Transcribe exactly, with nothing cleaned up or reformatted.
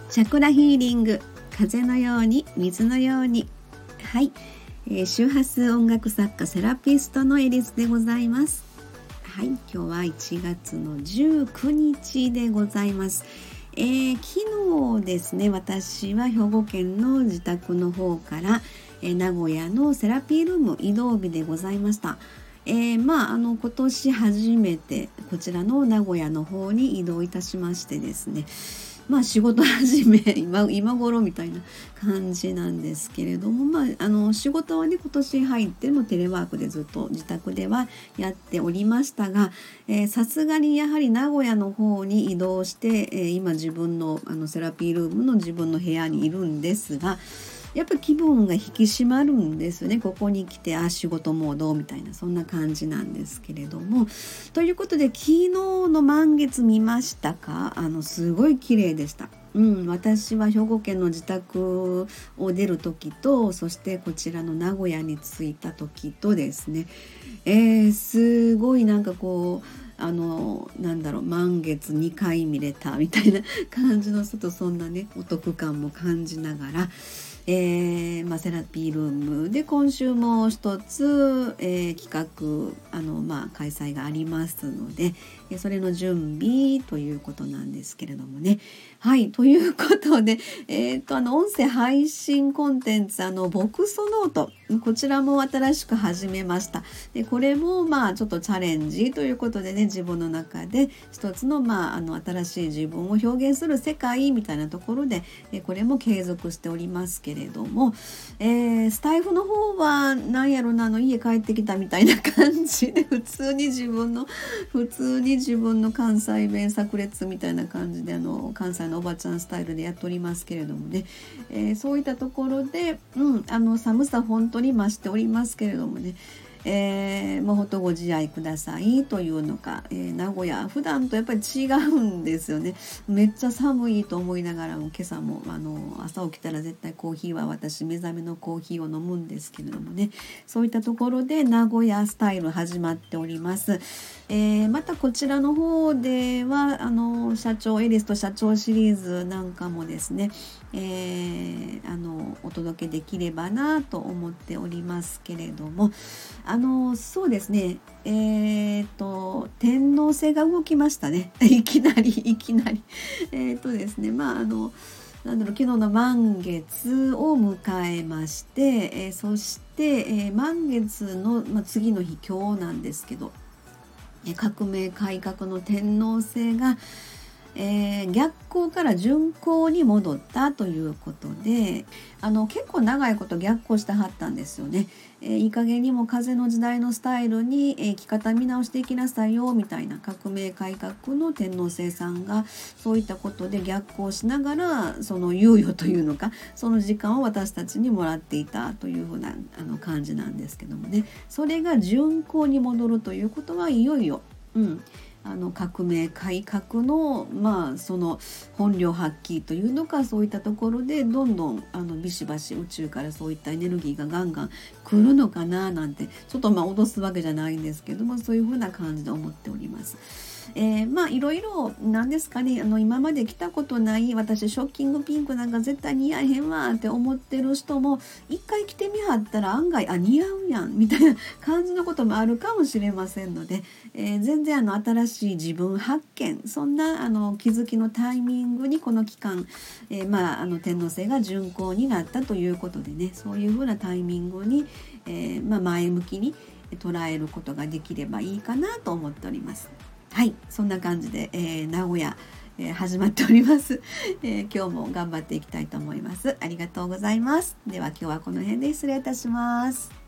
チャクラヒーリング、風のように水のように。はい、えー、周波数音楽作家セラピストのエリスでございます。はい、今日はいちがつのじゅうくにちでございます。えー、昨日ですね、私は兵庫県の自宅の方から、えー、名古屋のセラピールーム移動日でございました。えー、まああの今年初めてこちらの名古屋の方に移動いたしましてですね、まあ仕事始め今今頃みたいな感じなんですけれども、まああの仕事はね今年入ってもテレワークでずっと自宅ではやっておりましたが、さすがにやはり名古屋の方に移動して、えー、今自分のあのセラピールームの自分の部屋にいるんですが、やっぱ気分が引き締まるんですよね。ここに来てあ仕事モードみたいなそんな感じなんですけれども、ということで昨日の満月見ましたか？あのすごい綺麗でした。うん、私は兵庫県の自宅を出る時と、そしてこちらの名古屋に着いた時とですね、えー、すごいなんかこうあのなんだろう満月にかい見れたみたいな感じのちょっとそんなねお得感も感じながら、えーまあ、セラピールームで今週も一つ、えー、企画あの、まあ、開催がありますので、それの準備ということなんですけれどもね。はいということで、えー、とあの音声配信コンテンツあのボクソノート、こちらも新しく始めました。でこれもまあちょっとチャレンジということでね、自分の中で一つの,、まあ、あの新しい自分を表現する世界みたいなところで、これも継続しておりますけれども、えー、スタイフの方はなんやろな、あの家帰ってきたみたいな感じで普通に自分の普通に自分の関西弁炸裂みたいな感じであの関西のおばちゃんスタイルでやっておりますけれどもね、えー、そういったところで、うん、あの寒さ本当に増しておりますけれどもね、えー、もうほんとご自愛くださいというのか、えー、名古屋普段とやっぱり違うんですよね。めっちゃ寒いと思いながらも今朝もあの朝起きたら絶対コーヒーは私目覚めのコーヒーを飲むんですけれどもね、そういったところで名古屋スタイル始まっております。えー、またこちらの方ではあの社長エリスと社長シリーズなんかもですね、えー、あのお届けできればなと思っておりますけれども、あのそうですね、えー、と天王星が動きましたねいきなりいきなりえっとですねまああのなんだろう昨日の満月を迎えまして、えー、そして、えー、満月の、まあ、次の日今日なんですけど、革命改革の天王星が、えー、逆行から順行に戻ったということで、あの結構長いこと逆行してはったんですよね。えー、いい加減にも風の時代のスタイルに、えー、生き方見直していきなさいよみたいな革命改革の天王星さんがそういったことで逆行しながらその猶予というのかその時間を私たちにもらっていたというふうなあの感じなんですけどもね、それが順行に戻るということはいよいよ、うんあの革命改革の、まあ、その本領発揮というのか、そういったところでどんどんあのビシバシ宇宙からそういったエネルギーがガンガン来るのかななんてちょっとまあ脅すわけじゃないんですけども、そういうふうな感じで思っております。えー、まあいろいろなんですかね、あの今まで着たことない私ショッキングピンクなんか絶対似合えへんわって思ってる人も一回着てみはったら案外あ似合うやんみたいな感じのこともあるかもしれませんので、えー、全然あの新しい自分発見、そんなあの気づきのタイミングにこの期間、えー、まああの天王星が順行になったということでね、そういうふうなタイミングに、えーまあ、前向きに捉えることができればいいかなと思っております。はい、そんな感じで、えー、名古屋、えー、始まっております、えー。今日も頑張っていきたいと思います。ありがとうございます。では今日はこの辺で失礼いたします。